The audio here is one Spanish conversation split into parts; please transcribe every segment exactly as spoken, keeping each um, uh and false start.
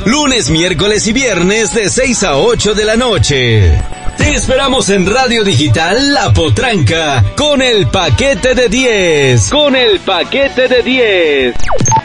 lunes, miércoles y viernes de seis a ocho de la noche. Te esperamos en Radio Digital La Potranca con el paquete de diez. Con el paquete de diez.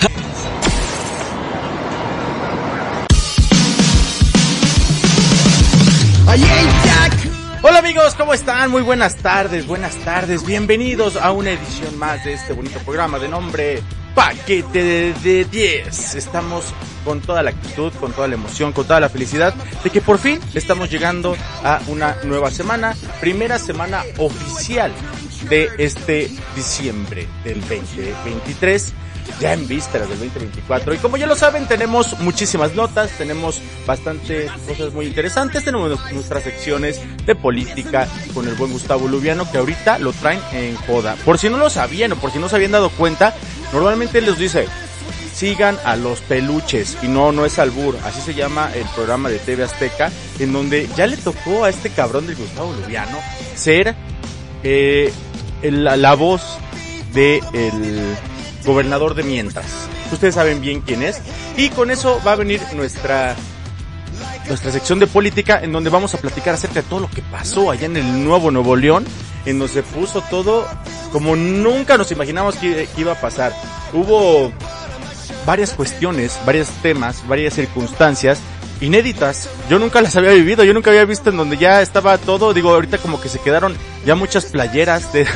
Hola amigos, ¿cómo están? Muy buenas tardes, buenas tardes. Bienvenidos a una edición más de este bonito programa de nombre Paquete de diez. Estamos con toda la actitud, con toda la emoción, con toda la felicidad de que por fin estamos llegando a una nueva semana, primera semana oficial de este diciembre del veinte veintitrés, ya en vísperas del veinte veinticuatro. Y como ya lo saben, tenemos muchísimas notas, tenemos bastantes cosas muy interesantes, tenemos nuestras secciones de política con el buen Gustavo Lubiano, que ahorita lo traen en joda. Por si no lo sabían o por si no se habían dado cuenta, normalmente les dice, sigan a los peluches, y no, no es albur, así se llama el programa de T V Azteca, en donde ya le tocó a este cabrón del Gustavo Lubiano ser eh, el, la, la voz de el gobernador de mientras. Ustedes saben bien quién es, y con eso va a venir nuestra nuestra sección de política, en donde vamos a platicar acerca de todo lo que pasó allá en el Nuevo Nuevo León, en donde se puso todo como nunca nos imaginamos que, que iba a pasar. Hubo varias cuestiones, varios temas, varias circunstancias inéditas. Yo nunca las había vivido, yo nunca había visto en donde ya estaba todo, digo, ahorita como que se quedaron ya muchas playeras de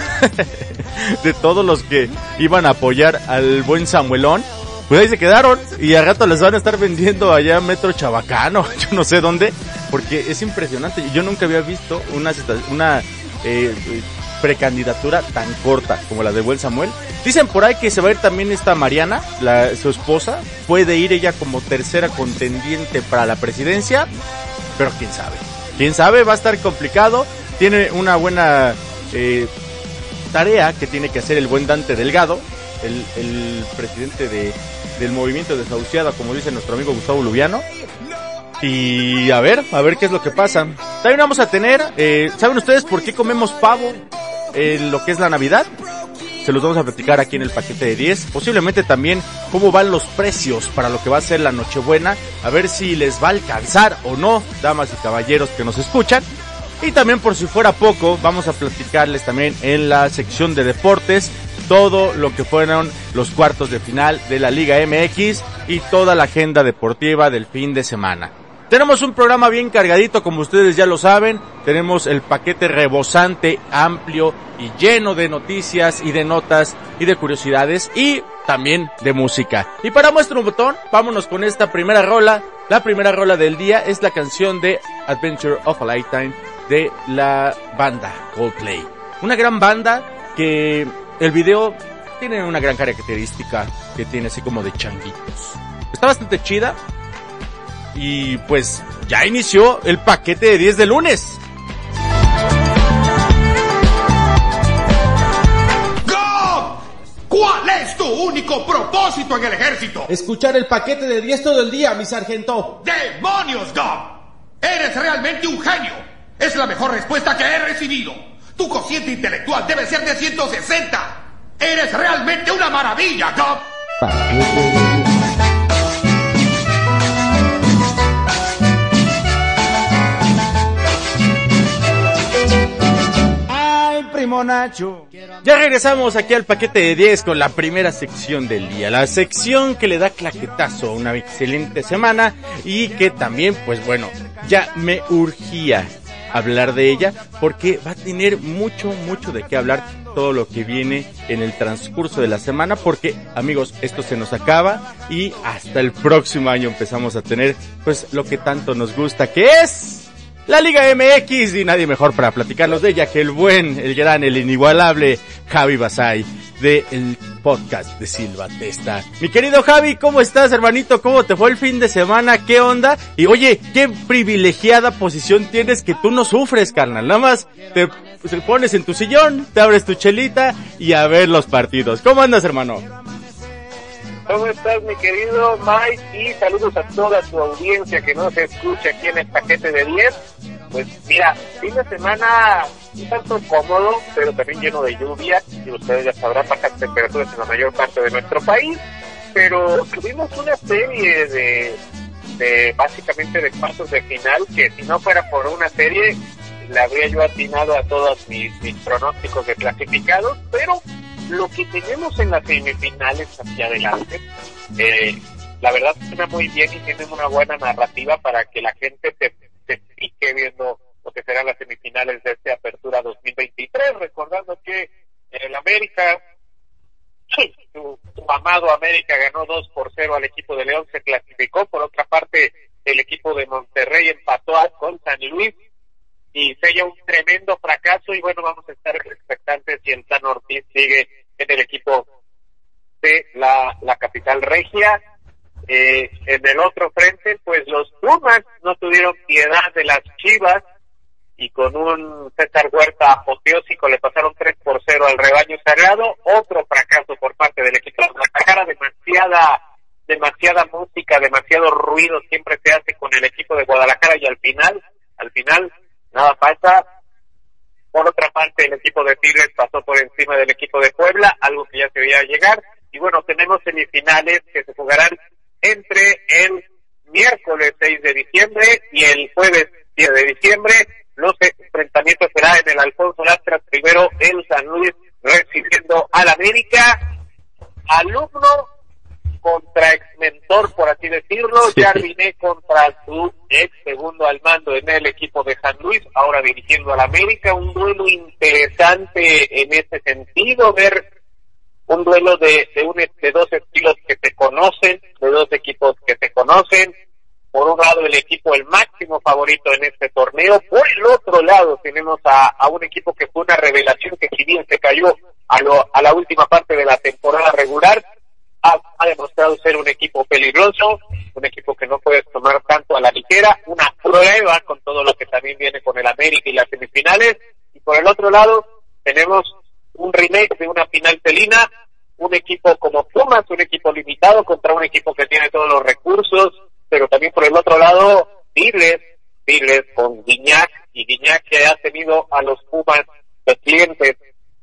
de todos los que iban a apoyar al buen Samuelón. Pues ahí se quedaron y a rato les van a estar vendiendo allá Metro Chabacano, yo no sé dónde, porque es impresionante. Yo nunca había visto una una eh, precandidatura tan corta como la de buen Samuel. Dicen por ahí que se va a ir también esta Mariana, la, su esposa, puede ir ella como tercera contendiente para la presidencia, pero quién sabe, quién sabe, va a estar complicado. Tiene una buena eh, tarea que tiene que hacer el buen Dante Delgado, el, el presidente de, del movimiento Desahuciada, como dice nuestro amigo Gustavo Lubiano. Y a ver, a ver qué es lo que pasa. También vamos a tener, eh, ¿saben ustedes por qué comemos pavo en lo que es la Navidad? Se los vamos a platicar aquí en el paquete de diez. Posiblemente también cómo van los precios para lo que va a ser la Nochebuena. A ver si les va a alcanzar o no, damas y caballeros que nos escuchan. Y también, por si fuera poco, vamos a platicarles también en la sección de deportes todo lo que fueron los cuartos de final de la Liga M X y toda la agenda deportiva del fin de semana. Tenemos un programa bien cargadito, como ustedes ya lo saben. Tenemos el paquete rebosante, amplio y lleno de noticias y de notas y de curiosidades y también de música. Y para muestra un botón, vámonos con esta primera rola. La primera rola del día es la canción de Adventure of a Lifetime de la banda Coldplay. Una gran banda que el video tiene una gran característica que tiene así como de changuitos. Está bastante chida. Y pues ya inició el paquete de diez de lunes. ¡Go! ¿Cuál es tu único propósito en el ejército? Escuchar el paquete de diez todo el día, mi sargento. ¡Demonios, Gob! ¡Eres realmente un genio! Es la mejor respuesta que he recibido. Tu cociente intelectual debe ser de ciento sesenta. ¡Eres realmente una maravilla, Gob! Nacho. Ya regresamos aquí al paquete de diez con la primera sección del día, la sección que le da claquetazo a una excelente semana y que también, pues bueno, ya me urgía hablar de ella porque va a tener mucho, mucho de qué hablar todo lo que viene en el transcurso de la semana, porque amigos, esto se nos acaba y hasta el próximo año empezamos a tener pues lo que tanto nos gusta, que es la Liga M X, y nadie mejor para platicarnos de ella que el buen, el gran, el inigualable Javi Basay del podcast de Silva Testa. Mi querido Javi, ¿cómo estás, hermanito? ¿Cómo te fue el fin de semana? ¿Qué onda? Y oye, qué privilegiada posición tienes que tú no sufres, carnal. Nada más te, te pones en tu sillón, te abres tu chelita y a ver los partidos. ¿Cómo andas, hermano? ¿Cómo estás, mi querido Mike? Y saludos a toda tu audiencia que nos escucha aquí en el paquete de diez. Pues mira, fin de semana un tanto cómodo, pero también lleno de lluvia, y ustedes ya sabrán, bajas temperaturas en la mayor parte de nuestro país, pero tuvimos una serie de de básicamente de cuartos de final, que si no fuera por una serie, le habría yo atinado a todos mis, mis pronósticos de clasificados, pero lo que tenemos en las semifinales hacia adelante, eh, la verdad suena muy bien y tienen una buena narrativa para que la gente se, se pique viendo lo que serán las semifinales de esta Apertura dos mil veintitrés, recordando que el América, su, su amado América, ganó dos por cero al equipo de León, se clasificó. Por otra parte, el equipo de Monterrey empató con San Luis y sella un tremendo fracaso, y bueno, vamos a estar expectantes si el Tan Ortiz sigue en el equipo de la, la capital regia. Eh, en el otro frente, pues los Pumas no tuvieron piedad de las Chivas, y con un César Huerta apoteósico le pasaron tres por cero al rebaño sagrado. Otro fracaso por parte del equipo de Guadalajara, demasiada, demasiada música, demasiado ruido siempre se hace con el equipo de Guadalajara, y al final, al final, nada pasa. Por otra parte, el equipo de Tigres pasó por encima del equipo de Puebla, algo que ya se veía llegar. Y bueno, tenemos semifinales que se jugarán entre el miércoles seis de diciembre y el jueves diez de diciembre. Los enfrentamientos serán en el Alfonso Lastras, primero el San Luis recibiendo al América. Alumno contra ex mentor, por así decirlo, sí. Jardiné contra su ex segundo al mando en el equipo de San Luis, ahora dirigiendo al América. Un duelo interesante en ese sentido, ver un duelo de, de, un, de dos estilos que se conocen, de dos equipos que se conocen. Por un lado, el equipo, el máximo favorito en este torneo. Por el otro lado, tenemos a, a un equipo que fue una revelación, que si bien se cayó a, lo, a la última parte de la temporada regular, ha, ha demostrado ser un equipo peligroso, un equipo que no puedes tomar tanto a la ligera, una prueba con todo lo que también viene con el América y las semifinales. Y por el otro lado, tenemos un remake de una final felina, un equipo como Pumas, un equipo limitado contra un equipo que tiene todos los recursos, pero también por el otro lado, Tigres, Tigres con Guiñac, y Guiñac que ha tenido a los Pumas de clientes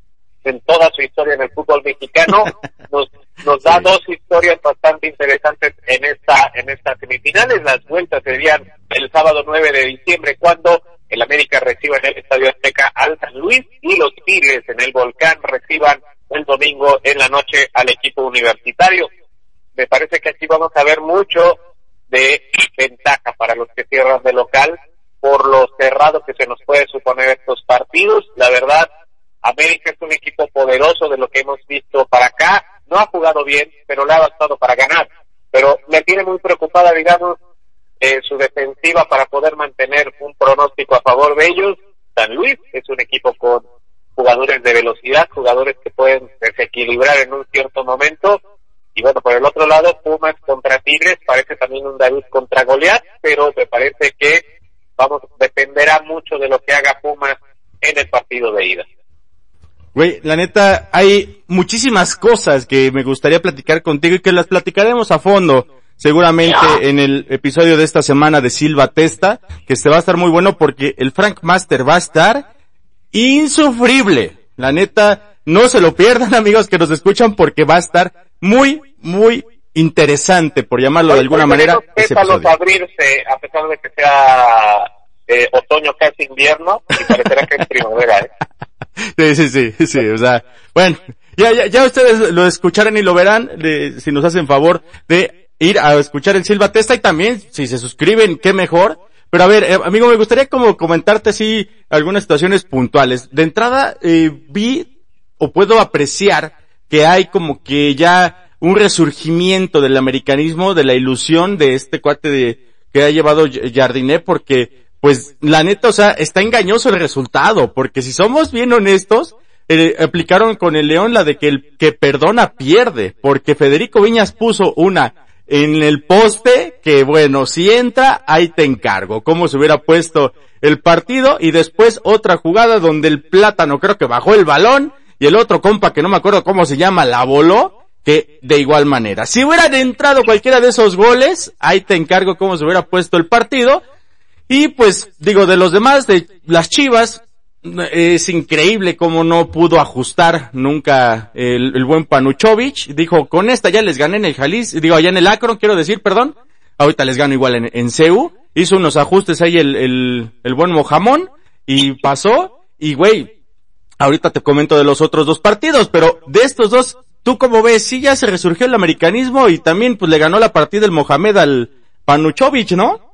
en toda su historia en el fútbol mexicano, nos, nos da sí. dos historias bastante interesantes en esta, en estas semifinales. Las vueltas serían el sábado nueve de diciembre, cuando el América reciba en el Estadio Azteca al San Luis, y los Tigres en el Volcán reciban el domingo en la noche al equipo universitario. Me parece que aquí vamos a ver mucho de ventaja para los que cierran de local, por lo cerrado que se nos puede suponer estos partidos. La verdad, América es un equipo poderoso de lo que hemos visto para acá, no ha jugado bien, pero le ha bastado para ganar, pero me tiene muy preocupada, digamos, eh, su defensiva para poder mantener un pronóstico a favor de ellos. San Luis es un equipo con jugadores de velocidad, jugadores que pueden desequilibrar en un cierto momento. Y bueno, por el otro lado, Pumas contra Tigres, parece también un David contra Goliat, pero me parece que, vamos, dependerá mucho de lo que haga Pumas en el partido de ida. Güey, la neta, hay muchísimas cosas que me gustaría platicar contigo y que las platicaremos a fondo, seguramente en el episodio de esta semana de Silva Testa, que se va a estar muy bueno porque el Frank Master va a estar insufrible. La neta, no se lo pierdan, amigos que nos escuchan, porque va a estar muy, muy interesante, por llamarlo de alguna manera. Pétalos a abrirse, a pesar de que sea eh, otoño casi invierno, y parecerá que es primavera, ¿eh? Sí, sí, sí, sí, o sea, bueno, ya, ya, ya ustedes lo escucharán y lo verán, de, si nos hacen favor de ir a escuchar el Silva Testa, y también, si se suscriben, qué mejor. Pero a ver, eh, amigo, me gustaría como comentarte así algunas situaciones puntuales. De entrada, eh, vi, o puedo apreciar, que hay como que ya un resurgimiento del americanismo, de la ilusión de este cuate de que ha llevado Jardiné, porque pues la neta, o sea, está engañoso el resultado, porque si somos bien honestos, eh, aplicaron con el León la de que el que perdona pierde, porque Federico Viñas puso una en el poste que, bueno, si entra, ahí te encargo, como se hubiera puesto el partido, y después otra jugada donde el Plátano creo que bajó el balón, y el otro compa que no me acuerdo cómo se llama, la voló, que de igual manera. Si hubieran entrado cualquiera de esos goles, ahí te encargo cómo se hubiera puesto el partido. Y pues, digo, de los demás, de las Chivas, es increíble cómo no pudo ajustar nunca el, el buen Panuchovich. Dijo, con esta ya les gané en el Jalisco, digo, allá en el Akron, quiero decir, perdón. ahorita les gano igual en, en C U, hizo unos ajustes ahí el, el, el buen Mojamón, y pasó, y güey, ahorita te comento de los otros dos partidos, pero de estos dos, ¿tú cómo ves? Sí, ya se resurgió el americanismo, y también pues le ganó la partida el Mohamed al Panuchovich, ¿no?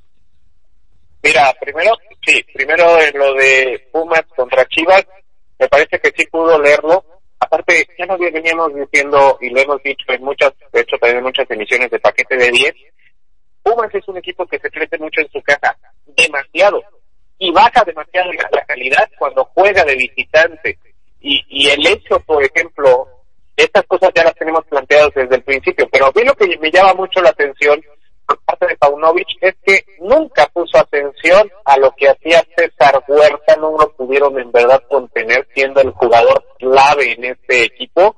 Mira, primero, sí, primero en lo de Pumas contra Chivas, me parece que sí pudo leerlo. Aparte, ya nos veníamos diciendo, y lo hemos dicho en muchas, de hecho también en muchas emisiones de Paquete de diez, Pumas es un equipo que se crece mucho en su casa, demasiado, y baja demasiado la, la calidad cuando juega de visitante. Y, y el hecho, por ejemplo, estas cosas ya las tenemos planteadas desde el principio, pero a mí lo que me llama mucho la atención por parte de Paunovic es que nunca puso atención a lo que hacía César Huerta, no lo pudieron en verdad contener siendo el jugador clave en este equipo,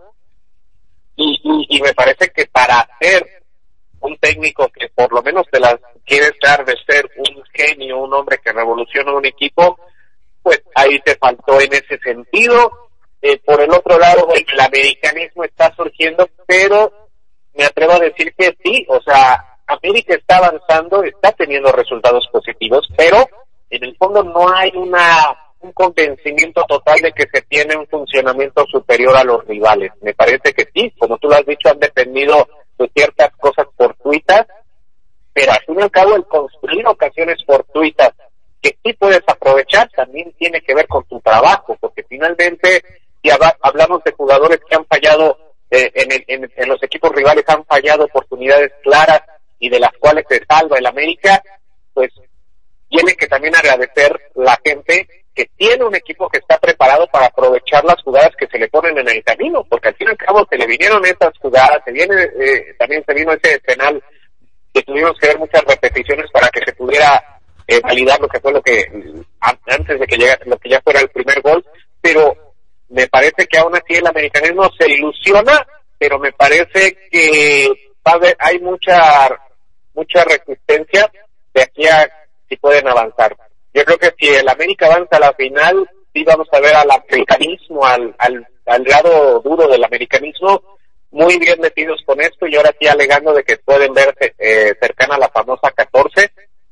y, y, y me parece que para ser un técnico que por lo menos te las quiere dar de ser un genio, un hombre que revoluciona un equipo, pues ahí te faltó en ese sentido. Eh, por el otro lado, el americanismo está surgiendo, pero me atrevo a decir que sí, o sea, América está avanzando, está teniendo resultados positivos, pero en el fondo no hay una un convencimiento total de que se tiene un funcionamiento superior a los rivales. Me parece que sí, como tú lo has dicho, han dependido de ciertas cosas fortuitas, pero al fin y al cabo el construir ocasiones fortuitas que sí puedes aprovechar también tiene que ver con tu trabajo, porque finalmente si hablamos de jugadores que han fallado eh, en, el, en, en los equipos rivales, han fallado oportunidades claras y de las cuales se salva el América, pues tiene que también agradecer la gente que tiene un equipo que está preparado para aprovechar las jugadas que se le ponen en el camino, porque al fin y al cabo se le vinieron esas jugadas, se viene eh, también se vino ese penal que tuvimos que ver muchas repeticiones para que se pudiera eh, validar lo que fue lo que antes de que llegara, lo que ya fuera el primer gol, pero me parece que aún así el americanismo se ilusiona, pero me parece que va a haber, hay mucha mucha resistencia de aquí a si pueden avanzar. Yo creo que si el América avanza a la final, sí vamos a ver al americanismo, al, al, al lado duro del americanismo, muy bien metidos con esto, y ahora sí alegando de que pueden verse eh, cercana a la famosa catorce,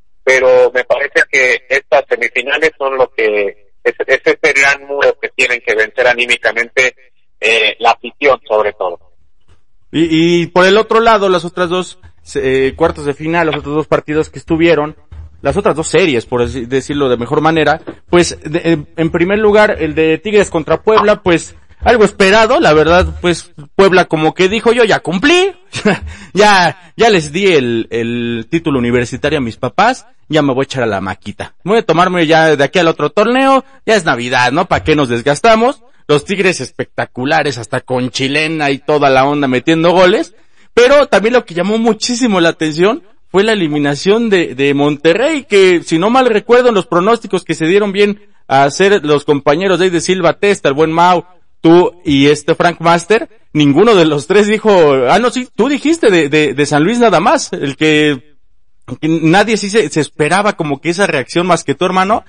pero me parece que estas semifinales son lo que es, es ese gran muro que tienen que vencer anímicamente eh, la afición sobre todo. Y, y por el otro lado, las otras dos eh, cuartos de final, los otros dos partidos que estuvieron, las otras dos series, por decirlo de mejor manera, pues de, en primer lugar el de Tigres contra Puebla, pues algo esperado, la verdad, pues Puebla como que dijo yo ya cumplí, ya ya les di el, el título universitario a mis papás, ya me voy a echar a la maquita, voy a tomarme ya de aquí al otro torneo, ya es Navidad, ¿no? ¿Para qué nos desgastamos? Los Tigres espectaculares, hasta con chilena y toda la onda metiendo goles, pero también lo que llamó muchísimo la atención fue la eliminación de, de Monterrey, que si no mal recuerdo en los pronósticos que se dieron bien a hacer los compañeros de, de Silva Testa, el buen Mau, tú y este Frank Master, ninguno de los tres dijo, ah no, sí, tú dijiste de, de, de San Luis nada más, el que, que nadie sí se, se esperaba como que esa reacción más que tu hermano,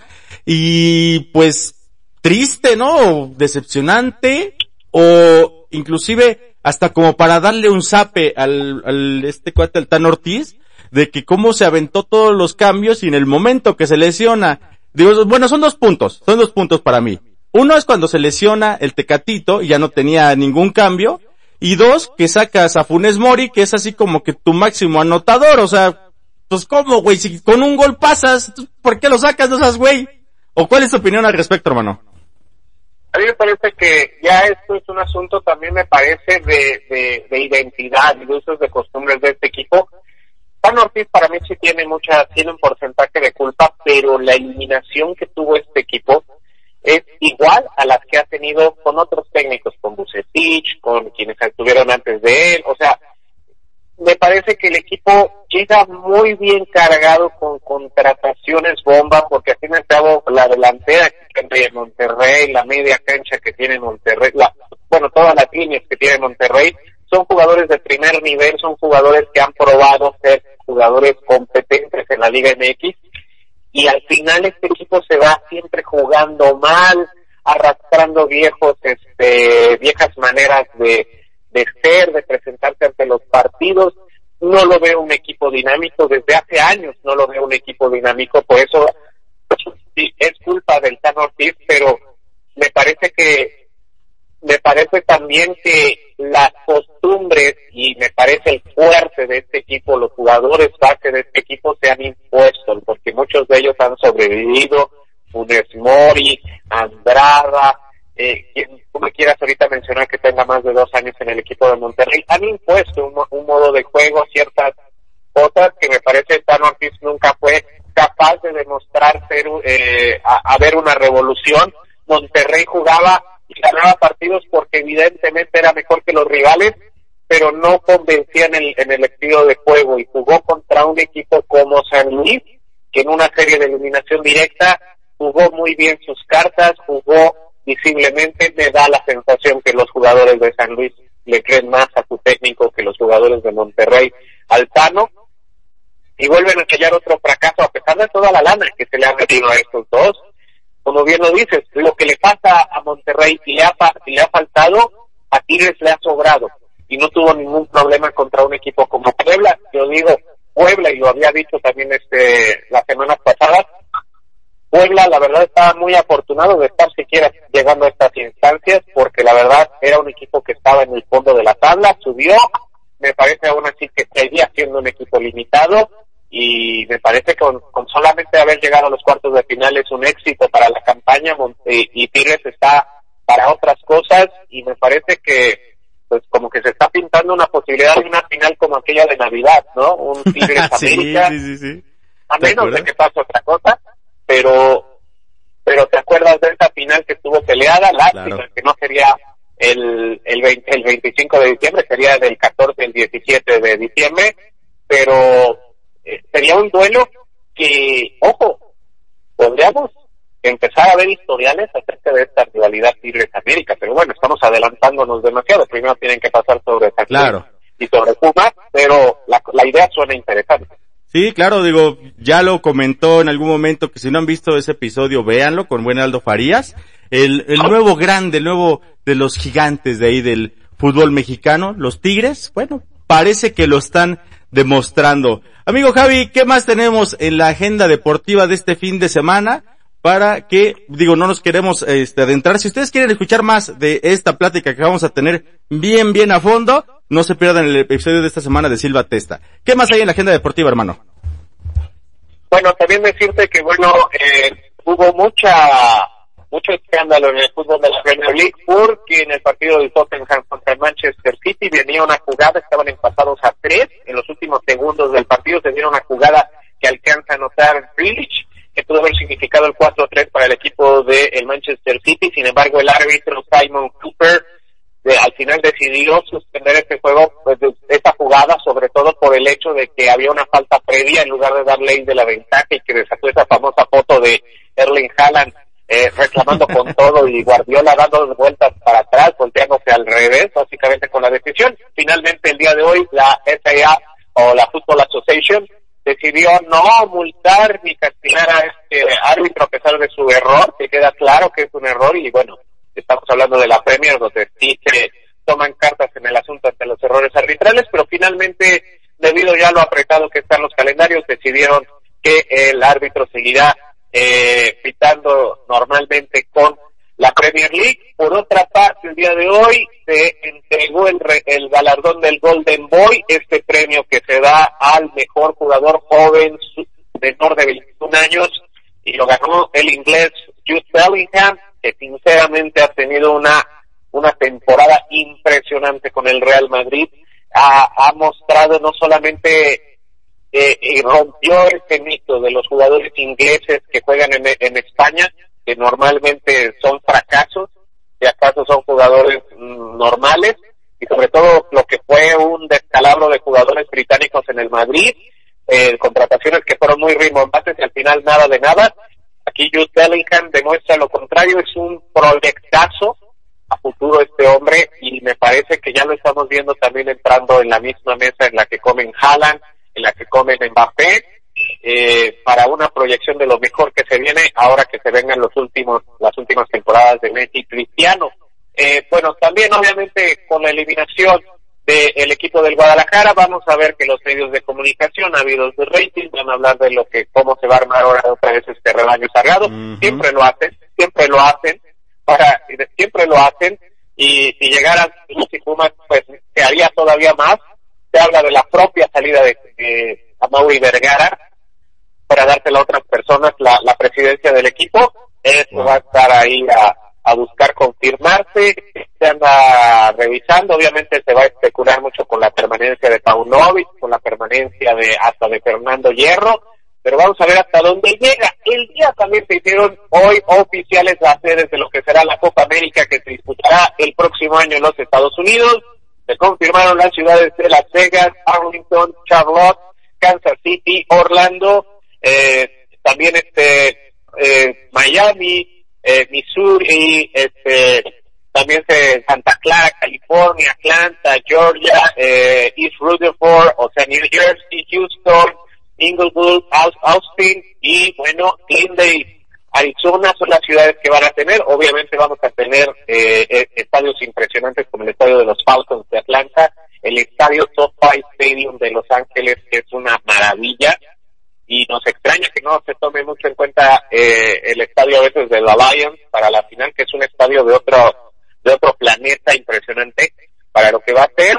y pues triste, ¿no? Decepcionante, o inclusive hasta como para darle un zape al, al este cuate, al Tan Ortiz, de que cómo se aventó todos los cambios y en el momento que se lesiona, digo, bueno, son dos puntos, son dos puntos para mí. Uno es cuando se lesiona el Tecatito y ya no tenía ningún cambio, y dos, que sacas a Funes Mori, que es así como que tu máximo anotador, o sea, pues cómo, güey, si con un gol pasas, ¿por qué lo sacas, no seas güey? ¿O cuál es tu opinión al respecto, hermano? A mí me parece que ya esto es un asunto también me parece de, de, de identidad y de usos de costumbres de este equipo. Tan Ortiz para mí sí tiene mucha, tiene un porcentaje de culpa, pero la eliminación que tuvo este equipo es igual a las que ha tenido con otros técnicos, con Vucetich, con quienes estuvieron antes de él. O sea, me parece que el equipo llega muy bien cargado con contrataciones bomba, porque al fin y al cabo la delantera que tiene Monterrey, la media cancha que tiene Monterrey, la, bueno, todas las líneas que tiene Monterrey, son jugadores de primer nivel, son jugadores que han probado ser jugadores competentes en la Liga M X, y al final este equipo se va siempre jugando mal, arrastrando viejos, este, viejas maneras de, de ser, de presentarse ante los partidos, no lo veo un equipo dinámico, desde hace años no lo veo un equipo dinámico, por eso sí, es culpa del Tan Ortiz, pero me parece que, me parece también que las costumbres y me parece el fuerte de este equipo, los jugadores base de este equipo se han impuesto, porque muchos de ellos han sobrevivido, Funes Mori, Andrada, eh, quien tú me quieras ahorita mencionar que tenga más de dos años en el equipo de Monterrey, han impuesto un, un modo de juego, ciertas cosas que me parece que Tan Ortiz nunca fue capaz de demostrar ser, eh, a, a ver una revolución. Monterrey jugaba y ganaba partidos porque evidentemente era mejor que los rivales, pero no convencía en el, en el estilo de juego, y jugó contra un equipo como San Luis, que en una serie de eliminación directa jugó muy bien sus cartas, jugó visiblemente. Me da la sensación que los jugadores de San Luis le creen más a su técnico que los jugadores de Monterrey al Tano, y vuelven a sellar otro fracaso a pesar de toda la lana que se le ha metido a estos dos. Como bien lo dices, lo que le pasa a Monterrey y le ha, y le ha faltado, a Tigres le ha sobrado, y no tuvo ningún problema contra un equipo como Puebla. Yo digo Puebla, y lo había dicho también este las semanas pasadas, Puebla la verdad estaba muy afortunado de estar siquiera llegando a estas instancias, porque la verdad era un equipo que estaba en el fondo de la tabla, subió, me parece aún así que seguía siendo un equipo limitado, y me parece que con, con solamente haber llegado a los cuartos de final es un éxito para la campaña, y, y Tigres está para otras cosas, y me parece que pues como que se está pintando una posibilidad de una final como aquella de Navidad, ¿no? Un Tigres sí, América, sí, sí, sí. a menos de que pase otra cosa, pero pero te acuerdas de esa final que estuvo peleada, lástima, claro, que no sería el el, veinte, el veinticinco de diciembre, sería del catorce al diecisiete de diciembre, pero eh, sería un duelo que, ojo, podríamos empezar a ver historiales acerca de esta rivalidad Tigres-América, pero bueno, estamos adelantándonos demasiado. Primero tienen que pasar sobre San claro. y sobre Pumas, pero la, la idea suena interesante. Sí, claro, digo, ya lo comentó en algún momento, que si no han visto ese episodio, véanlo, con buen Aldo Farías, el, el nuevo grande, el nuevo de los gigantes de ahí del fútbol mexicano, los Tigres, bueno, parece que lo están demostrando. Amigo Javi, ¿qué más tenemos en la agenda deportiva de este fin de semana? Para que, digo, no nos queremos este, adentrar. Si ustedes quieren escuchar más de esta plática que vamos a tener bien, bien a fondo, no se pierdan el episodio de esta semana de Silva Testa. ¿Qué más hay en la agenda deportiva, hermano? Bueno, también decirte que, bueno, eh, hubo mucha, mucho escándalo en el fútbol de la Premier League, porque en el partido del Tottenham contra el Manchester City venía una jugada, estaban empatados a tres, en los últimos segundos del partido se dieron una jugada que alcanza a anotar Grealish, que pudo haber significado el cuatro tres para el equipo de el Manchester City. Sin embargo, el árbitro Simon Cooper de, al final decidió suspender este juego, pues, de, esta jugada, sobre todo por el hecho de que había una falta previa en lugar de dar ley de la ventaja, y que desató esa famosa foto de Erling Haaland eh, reclamando con todo, y Guardiola dando vueltas para atrás, volteándose al revés, básicamente con la decisión. Finalmente, el día de hoy, la F A o la Football Association decidió no multar ni castigar a este árbitro a pesar de su error, que queda claro que es un error, y bueno, estamos hablando de la Premier, donde sí se toman cartas en el asunto ante los errores arbitrales, pero finalmente, debido ya a lo apretado que están los calendarios, decidieron que el árbitro seguirá eh, pitando normalmente con la Premier League. Por otra parte, el día de hoy se entregó el, re, el galardón del Golden Boy, este premio que se da al mejor jugador joven menor de veintiún años, y lo ganó el inglés Jude Bellingham, que sinceramente ha tenido una una temporada impresionante con el Real Madrid. Ha, ha mostrado no solamente eh, y rompió este mito de los jugadores ingleses que juegan en, en España, que normalmente son fracasos, si acaso son jugadores mm, normales, y sobre todo lo que fue un descalabro de jugadores británicos en el Madrid, eh, contrataciones que fueron muy rimbombantes y al final nada de nada. Aquí Jude Bellingham demuestra lo contrario, es un proyectazo a futuro este hombre, y me parece que ya lo estamos viendo también entrando en la misma mesa en la que comen Haaland, en la que comen Mbappé, eh, para una proyección de lo mejor que se viene ahora que se vengan los últimos, las últimas temporadas de Messi y Cristiano. Eh, bueno, también obviamente con la eliminación del equipo del Guadalajara. Vamos a ver que los medios de comunicación, habidos de rating, van a hablar de lo que, cómo se va a armar ahora otra vez este rebaño sagrado. Uh-huh. Siempre lo hacen, siempre lo hacen, para, siempre lo hacen, y si llegaran los Pumas, pues se haría todavía más. Se habla de la propia salida de, de Amaury Vergara para dársela a otras personas la, la presidencia del equipo. Eso wow. va a estar ahí a, a buscar confirmarse. Se anda revisando, obviamente se va a especular mucho con la permanencia de Paunovic, con la permanencia de hasta de Fernando Hierro, pero vamos a ver hasta dónde llega. El día también se hicieron hoy oficiales las sedes de lo que será la Copa América, que se disputará el próximo año en los Estados Unidos. Se confirmaron las ciudades de Las Vegas, Arlington, Charlotte, Kansas City, Orlando, eh, también este eh, Miami, eh, Missouri, este también se Santa Clara, California, Atlanta, Georgia, eh, East Rutherford, o sea, New Jersey, Houston, Inglewood, Austin y, bueno, Glendale, Arizona son las ciudades que van a tener. Obviamente vamos a tener eh, estadios impresionantes como el estadio de los Falcons de Atlanta, el estadio SoFi Stadium de Los Ángeles, que es una maravilla, y nos extraña que no se tome mucho en cuenta eh, el estadio a veces de la Lions para la final, que es un estadio de otro de otro planeta impresionante para lo que va a ser.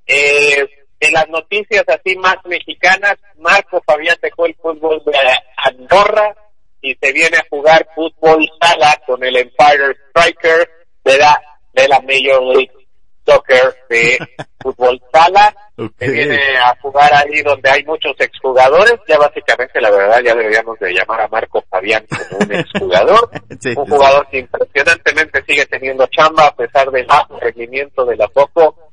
Eh, en las noticias así más mexicanas, Marco Fabián dejó el fútbol de Andorra y se viene a jugar fútbol sala con el Empire Striker de la, de la Major League Soccer de fútbol sala. Okay. Se viene a jugar ahí donde hay muchos exjugadores. Ya básicamente, la verdad, ya deberíamos de llamar a Marco Fabián como un exjugador. Sí, un jugador sí. que impresionantemente sigue teniendo chamba a pesar del bajo rendimiento, de lo poco,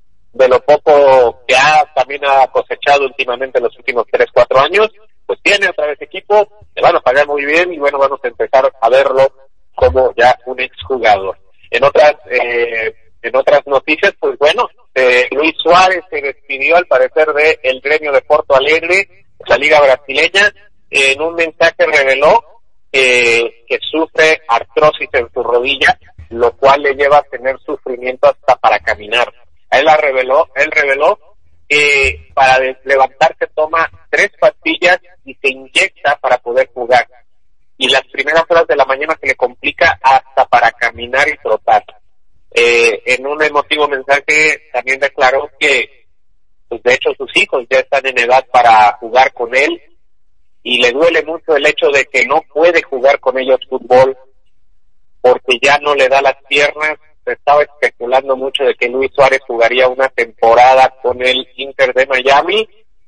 de lo poco que ha también ha cosechado últimamente en los últimos tres, cuatro años. Pues tiene otra vez equipo, le van a pagar muy bien y bueno, vamos a empezar a verlo como ya un exjugador. En otras, eh, en otras noticias, pues bueno, eh, Luis Suárez se despidió al parecer de el gremio de Porto Alegre, la liga brasileña. En un mensaje reveló eh, que sufre artrosis en su rodilla, lo cual le lleva a tener sufrimiento hasta para caminar. Él la reveló, él reveló que para levantarse toma tres pastillas y se inyecta para poder jugar. Y las primeras horas de la mañana se le complica hasta para caminar y trotar. Eh, en un emotivo mensaje también declaró que, pues de hecho sus hijos ya están en edad para jugar con él y le duele mucho el hecho de que no puede jugar con ellos fútbol porque ya no le da las piernas. Se estaba especulando mucho de que Luis Suárez jugaría una temporada con el Inter de Miami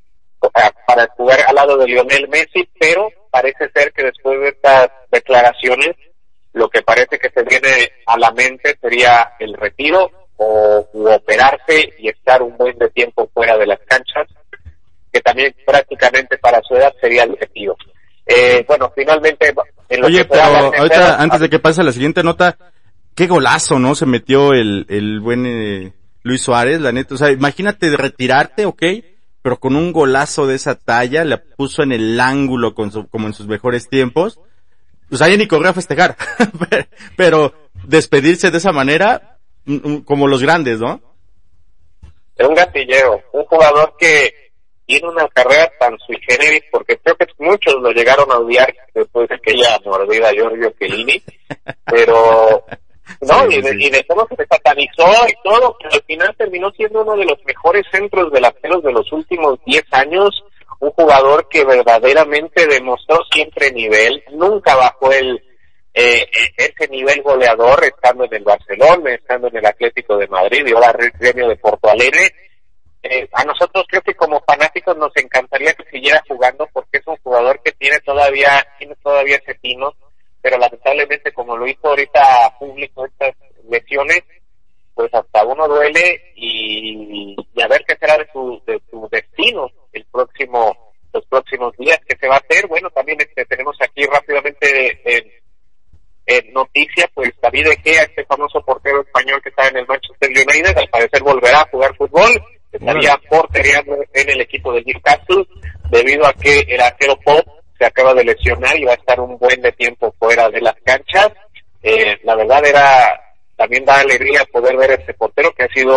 para jugar al lado de Lionel Messi, pero parece ser que después de estas declaraciones lo que parece que se viene a la mente sería el retiro o u operarse y estar un buen de tiempo fuera de las canchas, que también prácticamente para su edad sería el retiro. Eh, bueno, finalmente... En lo Oye, que pero ahorita, a... antes de que pase la siguiente nota, qué golazo, ¿no? Se metió el, el buen eh, Luis Suárez, la neta. O sea, imagínate de retirarte, ok, pero con un golazo de esa talla, le puso en el ángulo con su, como en sus mejores tiempos. O sea, ya ni corrió a festejar. Pero despedirse de esa manera, como los grandes, ¿no? Es un gatillero, un jugador que tiene una carrera tan sui generis, porque creo que muchos lo llegaron a odiar después de aquella mordida a Giorgio Chiellini, pero... No, sí, y, de, sí. y de cómo se satanizó y todo, pero al final terminó siendo uno de los mejores centros delanteros de los últimos diez años, un jugador que verdaderamente demostró siempre nivel, nunca bajó el eh, ese nivel goleador estando en el Barcelona, estando en el Atlético de Madrid y ahora el gremio de Porto Alegre. Eh, a nosotros creo que como fanáticos nos encantaría que siguiera jugando porque es un jugador que tiene todavía, tiene todavía ese tino, pero lamentablemente como lo hizo ahorita público estas lesiones, pues hasta uno duele y, y a ver qué será de su, de su destino el próximo, los próximos días que se va a hacer. Bueno, también este, tenemos aquí rápidamente en, en noticia, pues David De Gea, este famoso portero español que está en el Manchester United, al parecer volverá a jugar fútbol, estaría portereando en el equipo del Newcastle, debido a que el arquero Pop se acaba de lesionar y va a estar un buen de tiempo fuera de las canchas. Eh, la verdad era, también da alegría poder ver a este portero que ha sido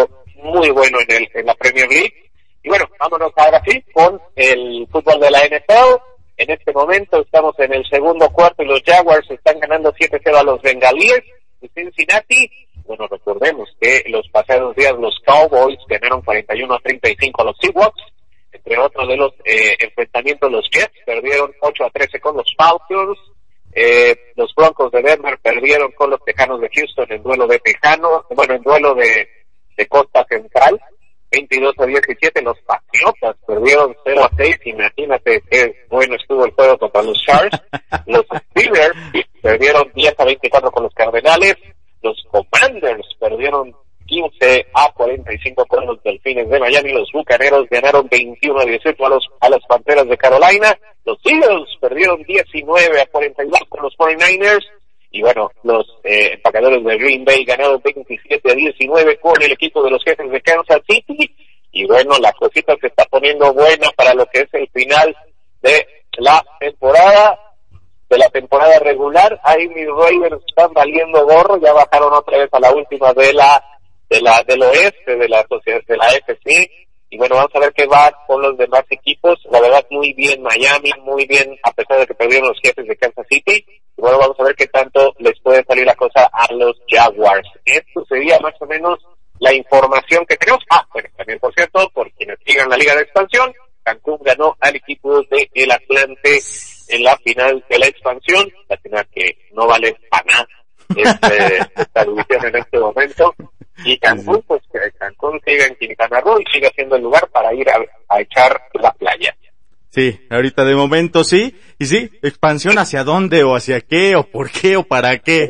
muy bueno en el en la Premier League. Y bueno, vámonos ahora sí con el fútbol de la N F L. En este momento estamos en el segundo cuarto y los Jaguars están ganando siete cero a los Bengalíes de Cincinnati. Bueno, recordemos que los pasados días los Cowboys ganaron cuarenta y uno a treinta y cinco a los Seahawks. Entre otros de los eh, enfrentamientos, los Jets perdieron ocho a trece con los Falcons. Eh, los Broncos de Denver perdieron con los Tejanos de Houston en duelo de Tejanos, bueno, en duelo de, de Costa Central. veintidós a diecisiete, los Patriotas perdieron cero a seis, imagínate qué bueno estuvo el juego contra los Sharks. Los Steelers perdieron diez a veinticuatro con los Cardenales. Los Commanders perdieron quince a cuarenta y cinco con los Delfines de Miami. Los Bucaneros ganaron veintiuno a dieciocho a los a las Panteras de Carolina. Los Eagles perdieron diecinueve a cuarenta y dos con los cuarenta y nueve ers. Y bueno, los eh, empacadores de Green Bay ganaron veintisiete a diecinueve con el equipo de los Jefes de Kansas City. Y bueno, la cosita se está poniendo buena para lo que es el final de la temporada, de la temporada regular. Ahí mis Raiders están valiendo gorro, ya bajaron otra vez a la última de la de la del oeste de la sociedad de la A F C. Y bueno, vamos a ver qué va con los demás equipos. La verdad, muy bien Miami, muy bien, a pesar de que perdieron los Jefes de Kansas City. Y bueno, vamos a ver qué tanto les puede salir la cosa a los Jaguars. Esto sería más o menos la información que tenemos. Ah, bueno, también por cierto, por quienes sigan la Liga de Expansión, Cancún ganó al equipo de el Atlante en la final de la expansión, la final que no vale para nada este, esta división en este momento. Y Cancún, pues que Cancún siga en Quintana Roo y siga siendo el lugar para ir a, a echar la playa. Sí, ahorita de momento sí, y sí, expansión hacia dónde, o hacia qué, o por qué, o para qué,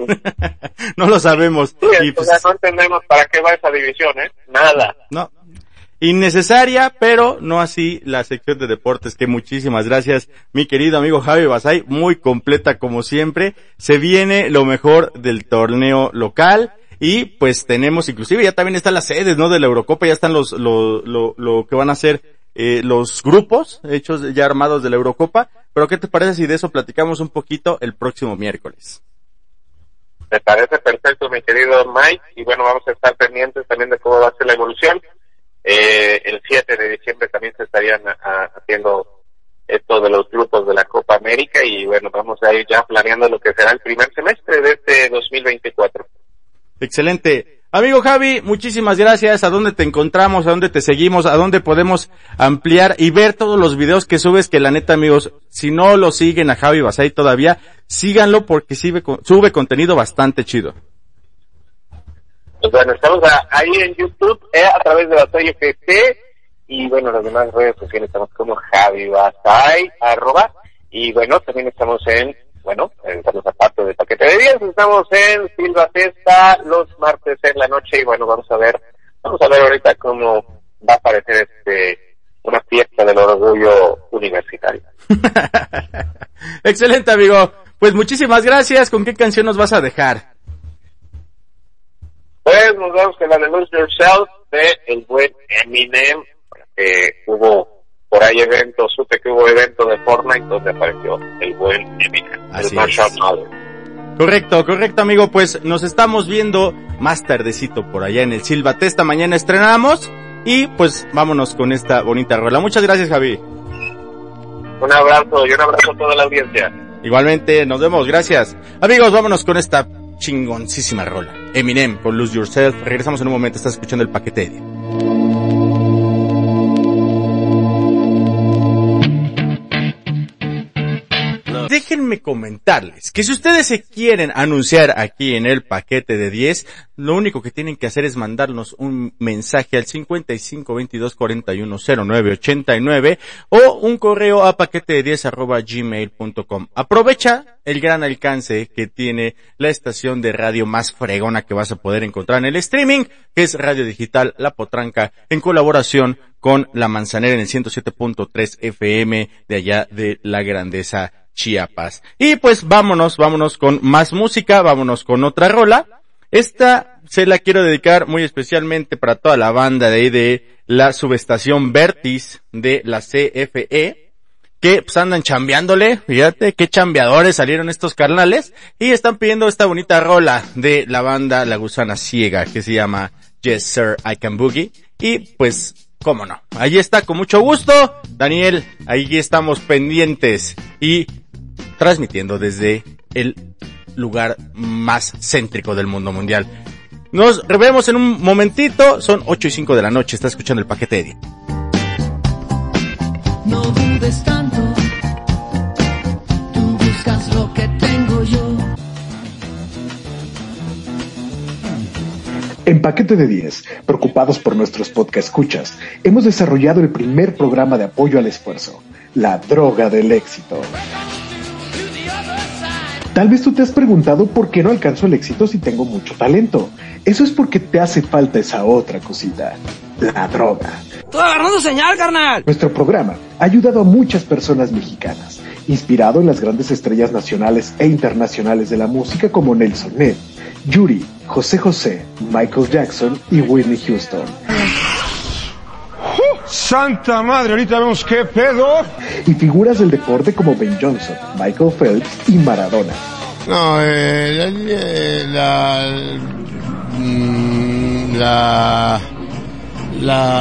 no lo sabemos. Sí, y pues, o sea, no entendemos para qué va esa división, ¿eh? Nada. No, innecesaria, pero no así la sección de deportes, que muchísimas gracias, mi querido amigo Javi Basay, muy completa como siempre. Se viene lo mejor del torneo local. Y pues tenemos, inclusive ya también están las sedes, ¿no? De la Eurocopa, ya están los, lo, lo, lo que van a ser, eh, los grupos hechos ya armados de la Eurocopa. Pero ¿qué te parece si de eso platicamos un poquito el próximo miércoles? Me parece perfecto, mi querido Mike, y bueno, vamos a estar pendientes también de cómo va a ser la evolución. Eh, el siete de diciembre también se estarían a, a, haciendo esto de los grupos de la Copa América, y bueno, vamos a ir ya planeando lo que será el primer semestre de este dos mil veinticuatro. Excelente. Amigo Javi, muchísimas gracias. ¿A dónde te encontramos? ¿A dónde te seguimos? ¿A dónde podemos ampliar y ver todos los videos que subes? Que la neta, amigos, si no lo siguen a Javi Basay todavía, síganlo porque sube, sube contenido bastante chido. Pues bueno, estamos a, ahí en YouTube, eh, a través de Basay F C, y bueno, las demás redes sociales estamos como Javi Basay, arroba, y bueno, también estamos en Bueno, estamos aparte de Paquete de diez, estamos en Silva Fiesta los martes en la noche, y bueno, vamos a ver, vamos a ver ahorita cómo va a aparecer este, una fiesta del orgullo universitario. Excelente, amigo. Pues muchísimas gracias. ¿Con qué canción nos vas a dejar? Pues nos vamos con la de Lose Yourself de el buen Eminem, que hubo por ahí evento, supe que hubo evento de Fortnite donde apareció el buen Eminem, el Marshall Mathers. Correcto, correcto, amigo, pues nos estamos viendo más tardecito por allá en el Silvate. Esta mañana estrenamos y pues vámonos con esta bonita rola. Muchas gracias, Javi. Un abrazo y un abrazo a toda la audiencia. Igualmente, nos vemos, gracias. Amigos, vámonos con esta chingoncísima rola. Eminem con Lose Yourself. Regresamos en un momento, estás escuchando el Paquete de Déjenme comentarles que si ustedes se quieren anunciar aquí en el Paquete de diez, lo único que tienen que hacer es mandarnos un mensaje al cincuenta y cinco veintidós cuarenta y uno cero nueve ochenta y nueve o un correo a paquete de diez arroba gmail punto com. Aprovecha el gran alcance que tiene la estación de radio más fregona que vas a poder encontrar en el streaming, que es Radio Digital La Potranca, en colaboración con La Manzanera en el ciento siete punto tres F M de allá de la Grandeza, Chiapas. Y pues vámonos, vámonos con más música, vámonos con otra rola. Esta se la quiero dedicar muy especialmente para toda la banda de ahí de la subestación Vertis de la C F E, que pues andan chambeándole, fíjate qué chambeadores salieron estos carnales, y están pidiendo esta bonita rola de la banda La Gusana Ciega, que se llama Yes Sir, I Can Boogie. y pues, cómo no, ahí está, con mucho gusto, Daniel, ahí estamos pendientes y transmitiendo desde el lugar más céntrico del mundo mundial. Nos revemos en un momentito, son ocho y cinco de la noche, está escuchando el paquete de diez. No dudes tanto, tú buscas lo que tengo yo. En Paquete de diez, preocupados por nuestros podcast escuchas, hemos desarrollado el primer programa de apoyo al esfuerzo, la droga del éxito. Tal vez tú te has preguntado por qué no alcanzo el éxito si tengo mucho talento. Eso es porque te hace falta esa otra cosita, la droga. ¡Tú agarrando señal, carnal! Nuestro programa ha ayudado a muchas personas mexicanas, inspirado en las grandes estrellas nacionales e internacionales de la música como Nelson Ned, Yuri, José José, Michael Jackson y Whitney Houston. ¡Santa madre! Ahorita vemos qué pedo. Y figuras del deporte como Ben Johnson, Michael Phelps y Maradona. No, eh, la... La... La...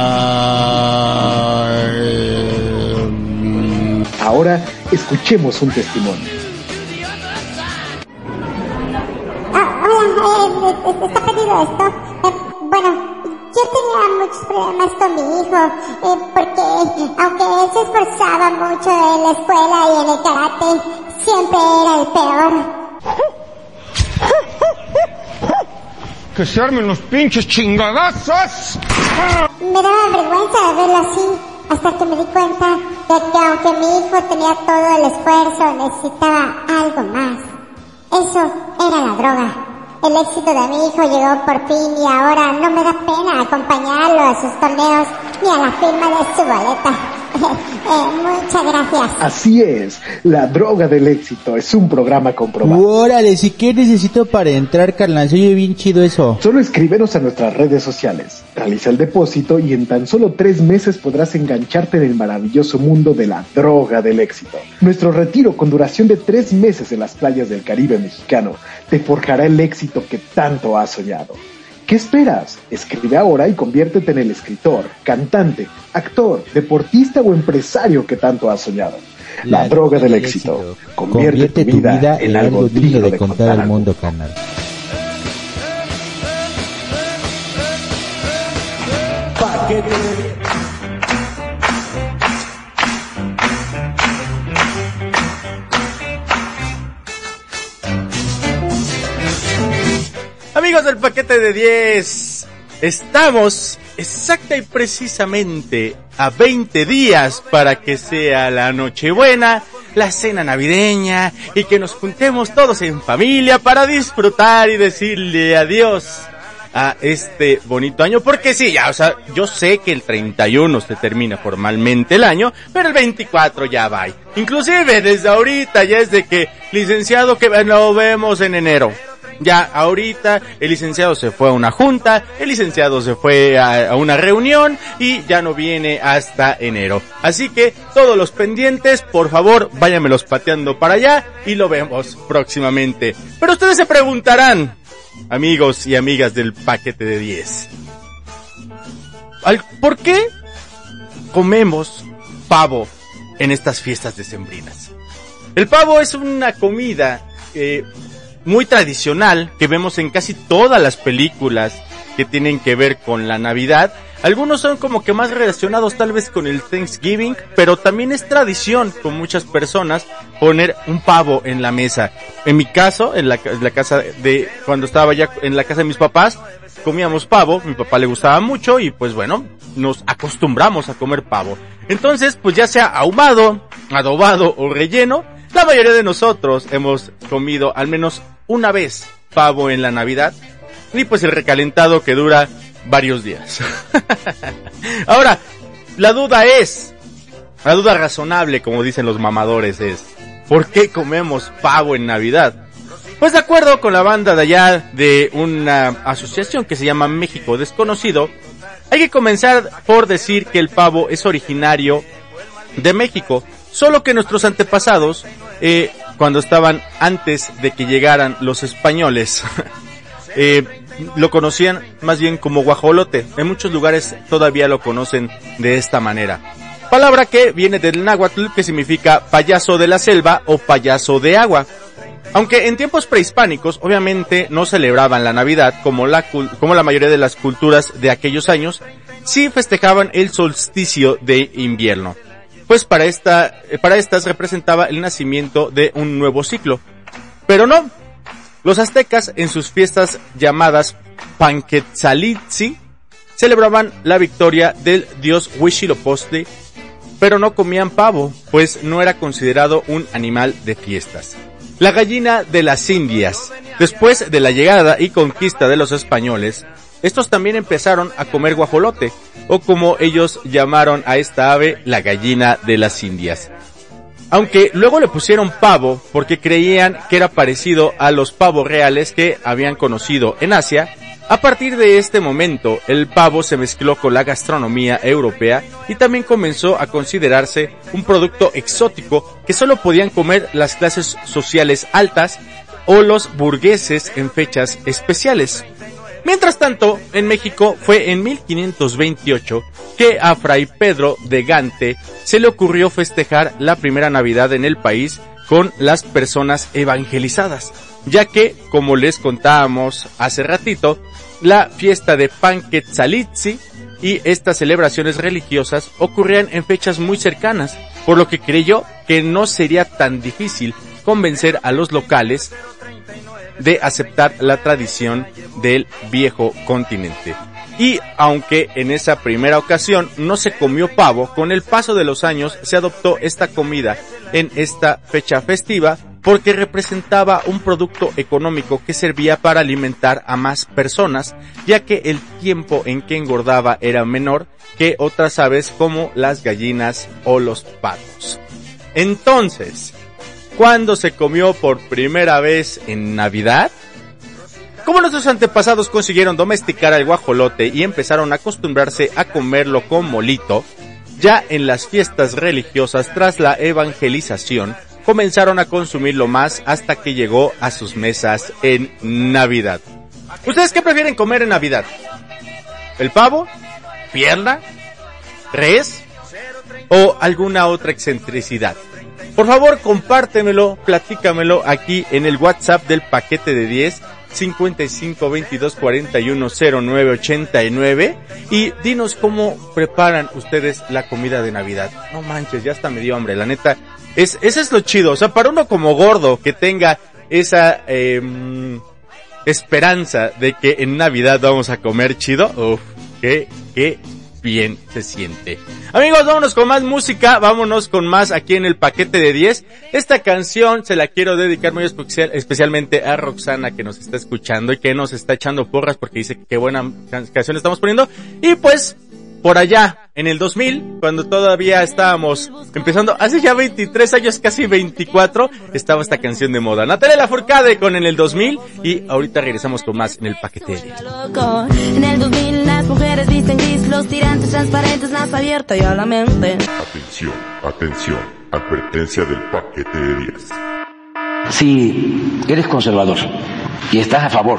la eh, Ahora, escuchemos un testimonio. Ah, hola, eh, está pedido esto. Eh, bueno... Yo tenía muchos problemas con mi hijo, eh, porque aunque él se esforzaba mucho en la escuela y en el karate, siempre era el peor. ¡Que se armen los pinches chingadazos! Me daba vergüenza verlo así, hasta que me di cuenta de que aunque mi hijo tenía todo el esfuerzo, necesitaba algo más. Eso era la droga. El éxito de mi hijo llegó por fin y ahora no me da pena acompañarlo a sus torneos ni a la firma de su boleta. eh, muchas gracias. Así es, La Droga del Éxito es un programa comprobado. Órale, ¿sí qué necesito para entrar, carnal? Se oye bien chido eso. Solo escríbenos a nuestras redes sociales, realiza el depósito y en tan solo tres meses podrás engancharte en el maravilloso mundo de La Droga del Éxito. Nuestro retiro con duración de tres meses en las playas del Caribe mexicano te forjará el éxito que tanto has soñado. ¿Qué esperas? Escribe ahora y conviértete en el escritor, cantante, actor, deportista o empresario que tanto has soñado. La, La droga del éxito. éxito. Convierte, Convierte tu vida, vida en algo digno de, de contar al mundo, carnal. Paquete de Amigos del paquete de diez, estamos exacta y precisamente a veinte días para que sea la Nochebuena, la cena navideña y que nos juntemos todos en familia para disfrutar y decirle adiós a este bonito año, porque sí, ya, o sea, yo sé que el treinta y uno se termina formalmente el año, pero el veinticuatro ya va. Inclusive desde ahorita ya es de que, licenciado, que lo vemos en enero. Ya ahorita el licenciado se fue a una junta, el licenciado se fue a, a una reunión y ya no viene hasta enero. Así que todos los pendientes, por favor, váyanmelos pateando para allá y lo vemos próximamente. Pero ustedes se preguntarán, amigos y amigas del paquete de diez, ¿por qué comemos pavo en estas fiestas decembrinas? El pavo es una comida eh, muy tradicional que vemos en casi todas las películas que tienen que ver con la Navidad. Algunos son como que más relacionados tal vez con el Thanksgiving, pero también es tradición con muchas personas poner un pavo en la mesa. En mi caso, en la, en la casa de, cuando estaba ya en la casa de mis papás, comíamos pavo, mi papá le gustaba mucho y pues bueno, nos acostumbramos a comer pavo. Entonces, pues ya sea ahumado, adobado o relleno, la mayoría de nosotros hemos comido al menos una vez pavo en la Navidad y pues el recalentado que dura varios días. Ahora, la duda es, la duda razonable, como dicen los mamadores, es ¿por qué comemos pavo en Navidad? Pues de acuerdo con la banda de allá de una asociación que se llama México Desconocido, hay que comenzar por decir que el pavo es originario de México, solo que nuestros antepasados, eh, cuando estaban antes de que llegaran los españoles, eh, lo conocían más bien como guajolote. En muchos lugares todavía lo conocen de esta manera. Palabra que viene del náhuatl, que significa payaso de la selva o payaso de agua. Aunque en tiempos prehispánicos, obviamente, no celebraban la Navidad como la, como la mayoría de las culturas de aquellos años, sí festejaban el solsticio de invierno. Pues para esta, para estas representaba el nacimiento de un nuevo ciclo. Pero no. Los aztecas, en sus fiestas llamadas Panquetzalitzi, celebraban la victoria del dios Huitzilopochtli, pero no comían pavo, pues no era considerado un animal de fiestas. La gallina de las Indias. Después de la llegada y conquista de los españoles, estos también empezaron a comer guajolote, o como ellos llamaron a esta ave, la gallina de las Indias. Aunque luego le pusieron pavo porque creían que era parecido a los pavos reales que habían conocido en Asia. A partir de este momento, el pavo se mezcló con la gastronomía europea y también comenzó a considerarse un producto exótico que solo podían comer las clases sociales altas o los burgueses en fechas especiales. Mientras tanto, en México fue en mil quinientos veintiocho que a Fray Pedro de Gante se le ocurrió festejar la primera Navidad en el país con las personas evangelizadas, ya que, como les contábamos hace ratito, la fiesta de Panquetzalitzi y estas celebraciones religiosas ocurrían en fechas muy cercanas, por lo que creyó que no sería tan difícil convencer a los locales de aceptar la tradición del viejo continente. Y aunque en esa primera ocasión no se comió pavo, con el paso de los años se adoptó esta comida en esta fecha festiva porque representaba un producto económico que servía para alimentar a más personas, ya que el tiempo en que engordaba era menor que otras aves como las gallinas o los patos. Entonces, ¿cuándo se comió por primera vez en Navidad? Como nuestros antepasados consiguieron domesticar al guajolote y empezaron a acostumbrarse a comerlo con molito, ya en las fiestas religiosas tras la evangelización, comenzaron a consumirlo más hasta que llegó a sus mesas en Navidad. ¿Ustedes qué prefieren comer en Navidad? ¿El pavo? ¿Pierna? ¿Res? ¿O alguna otra excentricidad? Por favor, compártemelo, platícamelo aquí en el WhatsApp del paquete de diez, cincuenta y cinco, veintidós, cuarenta y uno, cero nueve, ochenta y nueve, y dinos cómo preparan ustedes la comida de Navidad. No manches, ya hasta me dio hambre, la neta. Es, ese es lo chido, o sea, para uno como gordo que tenga esa eh, esperanza de que en Navidad vamos a comer chido, uff, qué, qué bien se siente. Amigos, vámonos con más música, vámonos con más aquí en el paquete de diez. Esta canción se la quiero dedicar muy especial, especialmente a Roxana, que nos está escuchando y que nos está echando porras porque dice que qué buena canción estamos poniendo. Y pues, por allá, en el dos mil, cuando todavía estábamos empezando, hace ya veintitrés años, casi veinticuatro, estaba esta canción de moda. Natalia Lafourcade con En el dos mil, y ahorita regresamos con más en el paquete de diez. En el dos mil las mujeres visten gris, los tirantes transparentes, más abierta y a la mente. Atención, atención, advertencia del paquete de diez. Si eres conservador y estás a favor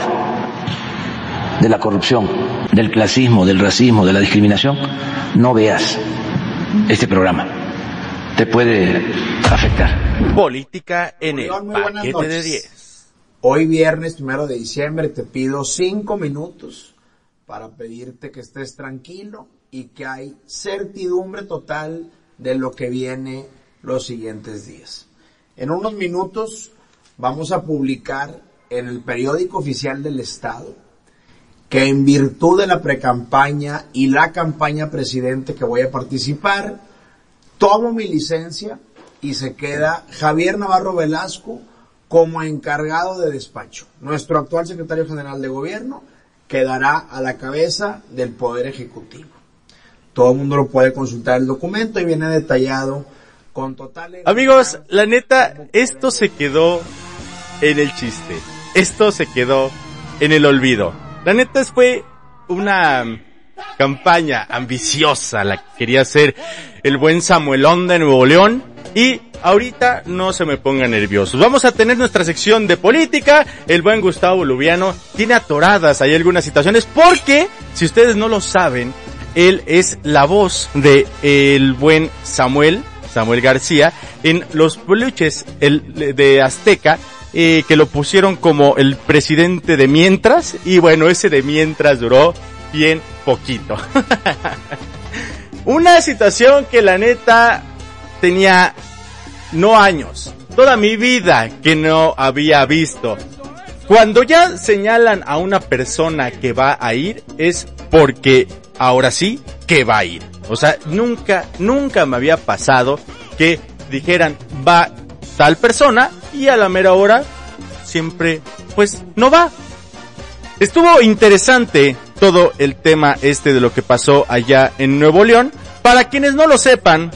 de la corrupción, del clasismo, del racismo, de la discriminación, no veas este programa. Te puede afectar. Política en el paquete de diez. Hoy viernes primero de diciembre te pido cinco minutos para pedirte que estés tranquilo y que hay certidumbre total de lo que viene los siguientes días. En unos minutos vamos a publicar en el periódico oficial del Estado que en virtud de la precampaña y la campaña presidente que voy a participar, tomo mi licencia y se queda Javier Navarro Velasco como encargado de despacho. Nuestro actual secretario general de gobierno quedará a la cabeza del Poder Ejecutivo. Todo el mundo lo puede consultar el documento y viene detallado con total... Amigos, la neta, esto se quedó en el chiste. Esto se quedó en el olvido. La neta fue una campaña ambiciosa la que quería hacer el buen Samuelón de Nuevo León, y ahorita no se me pongan nerviosos. Vamos a tener nuestra sección de política. El buen Gustavo Lubiano tiene atoradas ahí algunas situaciones porque, si ustedes no lo saben, él es la voz de el buen Samuel, Samuel García, en los peluches el, de Azteca, eh, que lo pusieron como el presidente de mientras, y bueno, ese de mientras duró bien poquito. Una situación que la neta tenía no años, toda mi vida que no había visto. Cuando ya señalan a una persona que va a ir, es porque ahora sí que va a ir. O sea, nunca, nunca me había pasado que dijeran va tal persona y a la mera hora siempre pues no va. Estuvo interesante todo el tema este de lo que pasó allá en Nuevo León. Para quienes no lo sepan,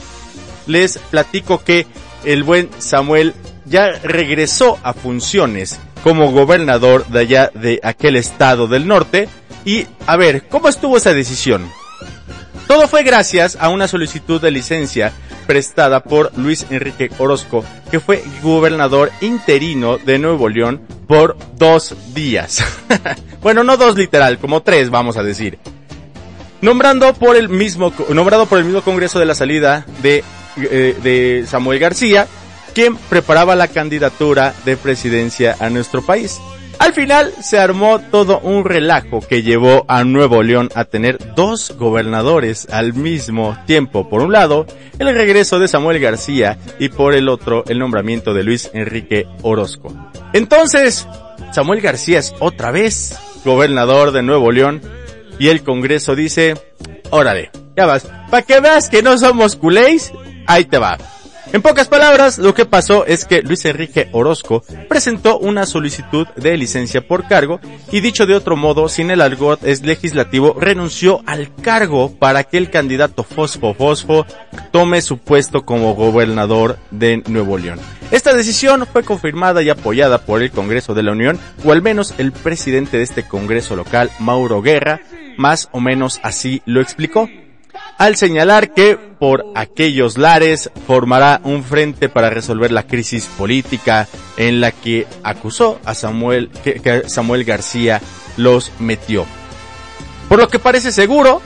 les platico que el buen Samuel ya regresó a funciones como gobernador de allá de aquel estado del norte. Y a ver, ¿cómo estuvo esa decisión? Todo fue gracias a una solicitud de licencia prestada por Luis Enrique Orozco, que fue gobernador interino de Nuevo León por dos días. Bueno, no dos literal, como tres vamos a decir. Nombrando por el mismo, nombrado por el mismo Congreso de la salida de, eh, de Samuel García, quien preparaba la candidatura de presidencia a nuestro país. Al final se armó todo un relajo que llevó a Nuevo León a tener dos gobernadores al mismo tiempo. Por un lado, el regreso de Samuel García y por el otro, el nombramiento de Luis Enrique Orozco. Entonces, Samuel García es otra vez gobernador de Nuevo León y el Congreso dice, órale, ya vas, para que veas que no somos culés, ahí te va. En pocas palabras, lo que pasó es que Luis Enrique Orozco presentó una solicitud de licencia por cargo y, dicho de otro modo, sin el argot legislativo, renunció al cargo para que el candidato Fosfo Fosfo tome su puesto como gobernador de Nuevo León. Esta decisión fue confirmada y apoyada por el Congreso de la Unión, o al menos el presidente de este Congreso local, Mauro Guerra, más o menos así lo explicó, al señalar que por aquellos lares formará un frente para resolver la crisis política en la que acusó a Samuel, que, que Samuel García los metió. Por lo que parece seguro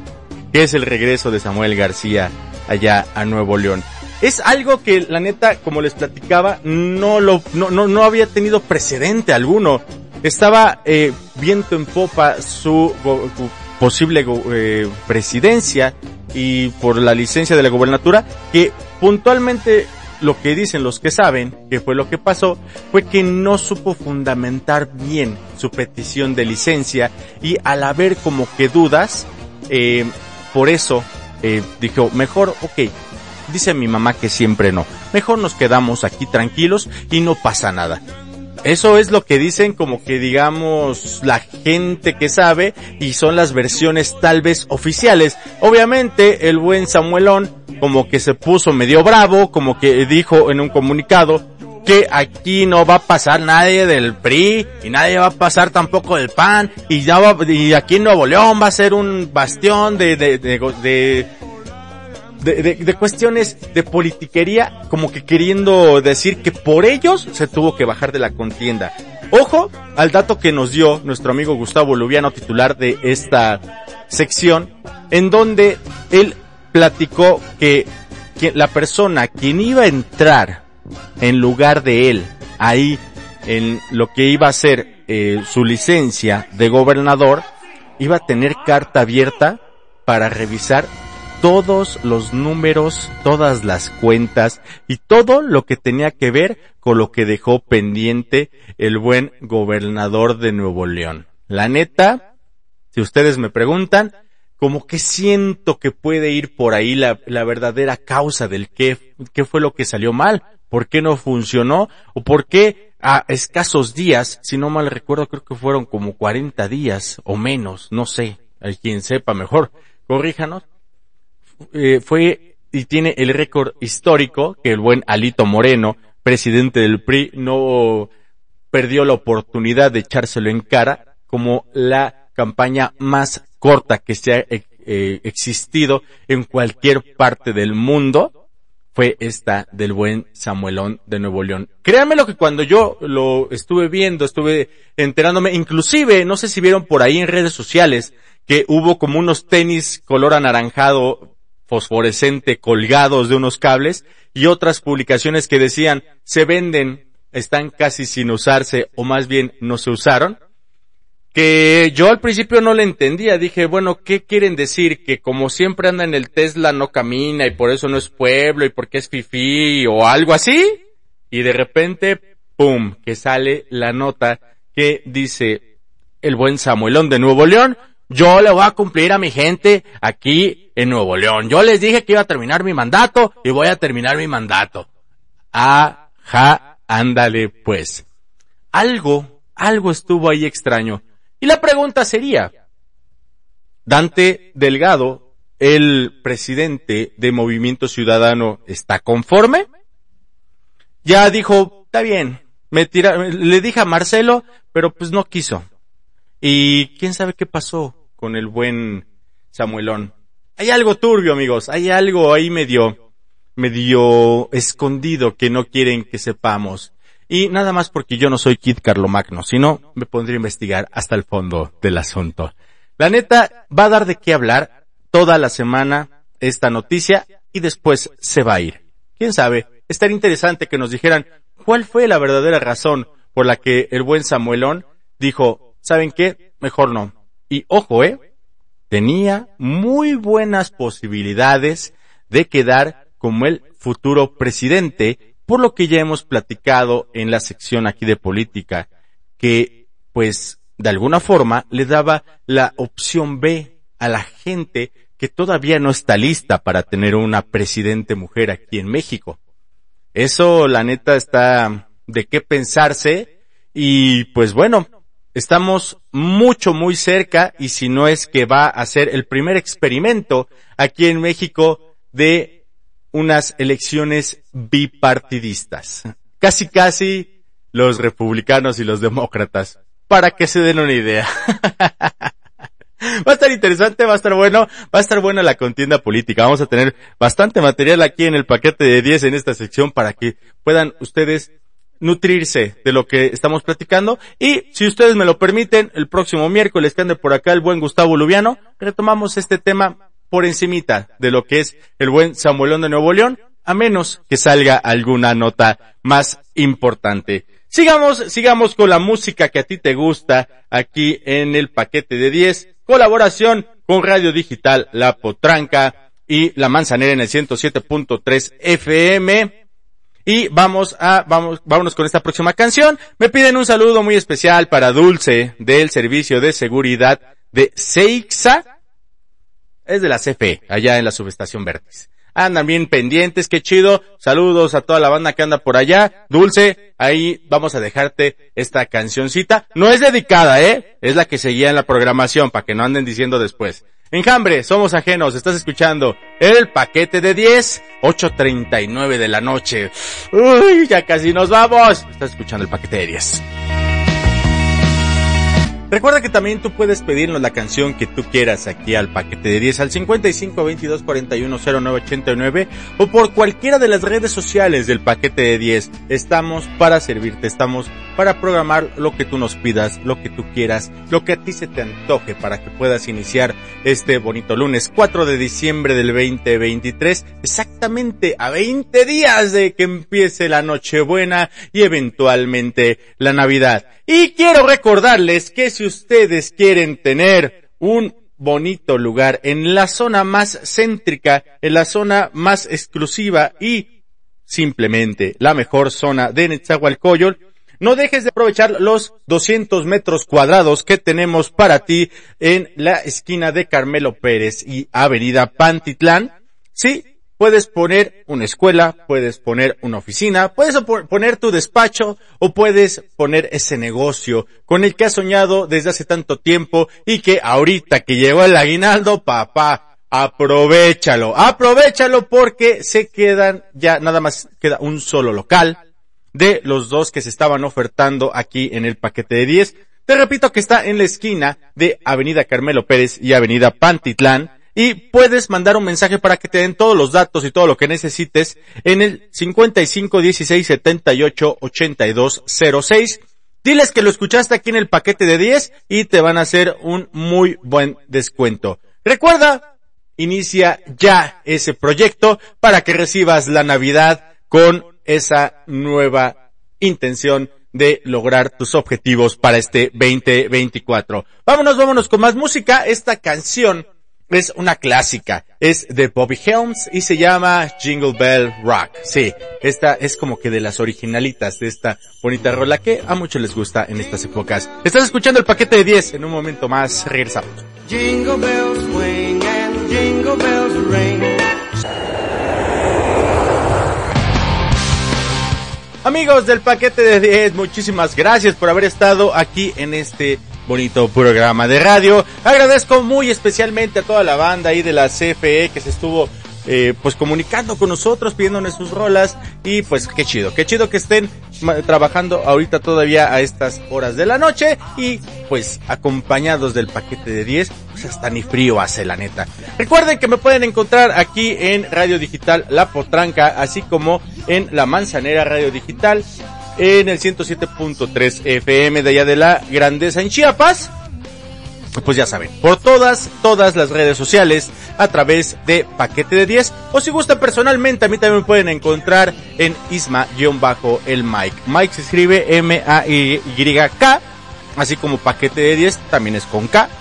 que es el regreso de Samuel García allá a Nuevo León. Es algo que la neta, como les platicaba, no lo, no, no, no había tenido precedente alguno. Estaba eh, viento en popa su go, posible eh, presidencia y por la licencia de la gobernatura, que puntualmente lo que dicen los que saben que fue lo que pasó fue que no supo fundamentar bien su petición de licencia y al haber como que dudas, eh, por eso eh, dijo, mejor, ok, dice mi mamá que siempre no, mejor nos quedamos aquí tranquilos y no pasa nada. Eso es lo que dicen, como que digamos la gente que sabe, y son las versiones tal vez oficiales. Obviamente el buen Samuelón como que se puso medio bravo, como que dijo en un comunicado que aquí no va a pasar nadie del P R I y nadie va a pasar tampoco del P A N y ya va, y aquí en Nuevo León va a ser un bastión de de de, de De, de, de cuestiones de politiquería, como que queriendo decir que por ellos se tuvo que bajar de la contienda. Ojo al dato que nos dio nuestro amigo Gustavo Lubiano, titular de esta sección, en donde él platicó que, que la persona quien iba a entrar en lugar de él, ahí en lo que iba a ser eh, su licencia de gobernador, iba a tener carta abierta para revisar todos los números, todas las cuentas y todo lo que tenía que ver con lo que dejó pendiente el buen gobernador de Nuevo León. La neta, si ustedes me preguntan, como que siento que puede ir por ahí la, la verdadera causa del qué, qué fue lo que salió mal, por qué no funcionó o por qué a escasos días, si no mal recuerdo, creo que fueron como cuarenta días o menos, no sé, hay quien sepa mejor, corríjanos. Eh, fue y tiene el récord histórico que el buen Alito Moreno, presidente del P R I, no perdió la oportunidad de echárselo en cara como la campaña más corta que se ha eh, existido en cualquier parte del mundo, fue esta del buen Samuelón de Nuevo León. Créanme lo que cuando yo lo estuve viendo, estuve enterándome, inclusive, no sé si vieron por ahí en redes sociales, que hubo como unos tenis color anaranjado fosforescente colgados de unos cables y otras publicaciones que decían, se venden, están casi sin usarse o más bien no se usaron. Que yo al principio no le entendía, dije, bueno, ¿qué quieren decir? Que como siempre anda en el Tesla no camina y por eso no es pueblo y porque es fifí o algo así. Y de repente, pum, que sale la nota que dice el buen Samuelón de Nuevo León, yo le voy a cumplir a mi gente aquí en Nuevo León. Yo les dije que iba a terminar mi mandato y voy a terminar mi mandato. Ajá, ándale pues. Algo, algo estuvo ahí extraño. Y la pregunta sería, Dante Delgado, el presidente de Movimiento Ciudadano, ¿está conforme? Ya dijo, está bien, me tira, le dije a Marcelo, pero pues no quiso. Y quién sabe qué pasó con el buen Samuelón. Hay algo turbio, amigos, hay algo ahí medio, medio escondido que no quieren que sepamos. Y nada más porque yo no soy Kid Carlomagno, sino me pondría a investigar hasta el fondo del asunto. La neta, va a dar de qué hablar toda la semana esta noticia y después se va a ir. ¿Quién sabe? Estaría interesante que nos dijeran cuál fue la verdadera razón por la que el buen Samuelón dijo, ¿saben qué? Mejor no. Y ojo, eh, tenía muy buenas posibilidades de quedar como el futuro presidente, por lo que ya hemos platicado en la sección aquí de política, que pues de alguna forma le daba la opción B a la gente que todavía no está lista para tener una presidente mujer aquí en México. Eso la neta está de qué pensarse y pues bueno, estamos mucho muy cerca y si no es que va a ser el primer experimento aquí en México de unas elecciones bipartidistas. Casi casi los republicanos y los demócratas, para que se den una idea. Va a estar interesante, va a estar bueno, va a estar buena la contienda política. Vamos a tener bastante material aquí en el paquete de diez en esta sección para que puedan ustedes nutrirse de lo que estamos platicando. Y si ustedes me lo permiten, el próximo miércoles que ande por acá el buen Gustavo Lubiano, retomamos este tema por encimita de lo que es el buen Samuelón de Nuevo León, a menos que salga alguna nota más importante. Sigamos, sigamos con la música que a ti te gusta aquí en el paquete de diez, colaboración con Radio Digital La Potranca y La Manzanera en el ciento siete punto tres F M. Y vamos a, vamos, vámonos con esta próxima canción. Me piden un saludo muy especial para Dulce del Servicio de Seguridad de Seixa. Es de la C F E, allá en la subestación Vértiz. Andan bien pendientes, qué chido. Saludos a toda la banda que anda por allá. Dulce, ahí vamos a dejarte esta cancioncita. No es dedicada, ¿eh? Es la que seguía en la programación, para que no anden diciendo después. Enjambre, somos ajenos, estás escuchando el paquete de diez, ocho treinta y nueve de la noche. Uy, ya casi nos vamos. Estás escuchando el paquete de diez. Recuerda que también tú puedes pedirnos la canción que tú quieras aquí al paquete de diez al cincuenta y cinco veintidós cuarenta y uno cero nueve ochenta y nueve o por cualquiera de las redes sociales del paquete de diez. Estamos para servirte, estamos para programar lo que tú nos pidas, lo que tú quieras, lo que a ti se te antoje para que puedas iniciar este bonito lunes cuatro de diciembre del veinte veintitrés, exactamente a veinte días de que empiece la Nochebuena y eventualmente la Navidad. Y quiero recordarles que si ustedes quieren tener un bonito lugar en la zona más céntrica, en la zona más exclusiva y simplemente la mejor zona de Nezahualcóyotl, no dejes de aprovechar los doscientos metros cuadrados que tenemos para ti en la esquina de Carmelo Pérez y Avenida Pantitlán. Sí, puedes poner una escuela, puedes poner una oficina, puedes poner tu despacho o puedes poner ese negocio con el que has soñado desde hace tanto tiempo y que ahorita que llegó el aguinaldo, papá, aprovéchalo, aprovéchalo porque se quedan, ya nada más queda un solo local de los dos que se estaban ofertando aquí en el paquete de diez. Te repito que está en la esquina de Avenida Carmelo Pérez y Avenida Pantitlán, y puedes mandar un mensaje para que te den todos los datos y todo lo que necesites en el cincuenta y cinco dieciséis setenta y ocho ochenta y dos cero seis. Diles que lo escuchaste aquí en el paquete de diez y te van a hacer un muy buen descuento. Recuerda, inicia ya ese proyecto para que recibas la Navidad con esa nueva intención de lograr tus objetivos para este veinte veinticuatro. Vámonos, vámonos con más música. Esta canción es una clásica, es de Bobby Helms y se llama Jingle Bell Rock. Sí, esta es como que de las originalitas de esta bonita rola que a muchos les gusta en estas épocas. Estás escuchando el paquete de diez, en un momento más regresamos. Jingle bells swing and jingle bells ring. Amigos del paquete de diez, muchísimas gracias por haber estado aquí en este bonito programa de radio. Agradezco muy especialmente a toda la banda ahí de la C F E que se estuvo eh, pues comunicando con nosotros, pidiéndonos sus rolas, y pues qué chido, qué chido que estén trabajando ahorita todavía a estas horas de la noche y pues acompañados del paquete de diez, pues hasta ni frío hace, la neta. Recuerden que me pueden encontrar aquí en Radio Digital La Potranca, así como en La Manzanera Radio Digital, en el ciento siete punto tres F M de allá de la Grandeza en Chiapas. Pues ya saben, por todas, todas las redes sociales a través de Paquete de diez, o si gustan personalmente, a mí también me pueden encontrar en Isma-el Mike. Mike se escribe M A Y K, así como Paquete de diez también es con K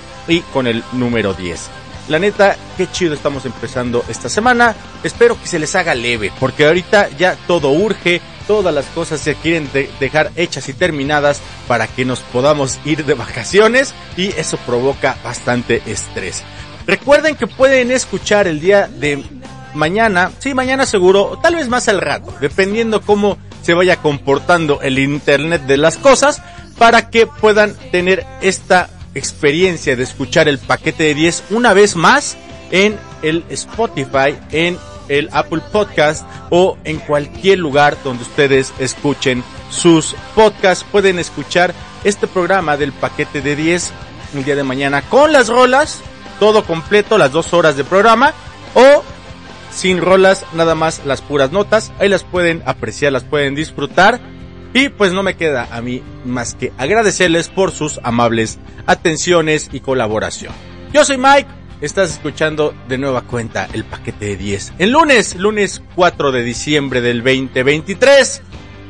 y con el número diez. La neta, qué chido estamos empezando esta semana. Espero que se les haga leve, porque ahorita ya todo urge, todas las cosas se quieren de- dejar hechas y terminadas para que nos podamos ir de vacaciones, y eso provoca bastante estrés. Recuerden que pueden escuchar el día de mañana, sí, mañana seguro, o tal vez más al rato, dependiendo cómo se vaya comportando el internet de las cosas, para que puedan tener esta experiencia de escuchar el paquete de diez una vez más en el Spotify, en el Apple Podcast o en cualquier lugar donde ustedes escuchen sus podcasts. Pueden escuchar este programa del paquete de diez el día de mañana con las rolas, todo completo, las dos horas de programa, o sin rolas, nada más las puras notas. Ahí las pueden apreciar, las pueden disfrutar. Y pues no me queda a mí más que agradecerles por sus amables atenciones y colaboración. Yo soy Mike, estás escuchando de nueva cuenta el paquete de diez. El lunes, lunes cuatro de diciembre del veinte veintitrés.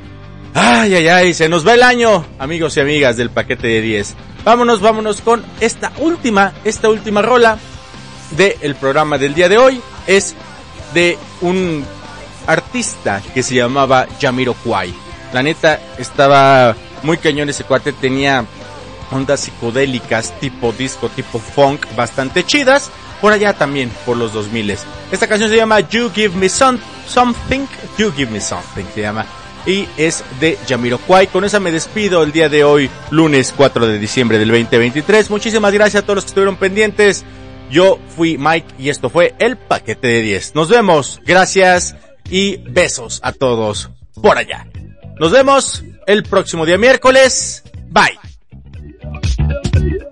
Ay, ay, ay, se nos va el año, amigos y amigas del paquete de diez. Vámonos, vámonos con esta última, esta última rola del programa del día de hoy. Es de un artista que se llamaba Jamiroquai. La neta, estaba muy cañón ese cuate, tenía ondas psicodélicas, tipo disco, tipo funk, bastante chidas, por allá también, por los dos miles. Esta canción se llama You Give Me Some, Something, You Give Me Something se llama, y es de Jamiroquai. Con esa me despido el día de hoy, lunes cuatro de diciembre del veinte veintitrés. Muchísimas gracias a todos los que estuvieron pendientes. Yo fui Mike y esto fue el paquete de diez. Nos vemos, gracias y besos a todos por allá. Nos vemos el próximo día miércoles. Bye.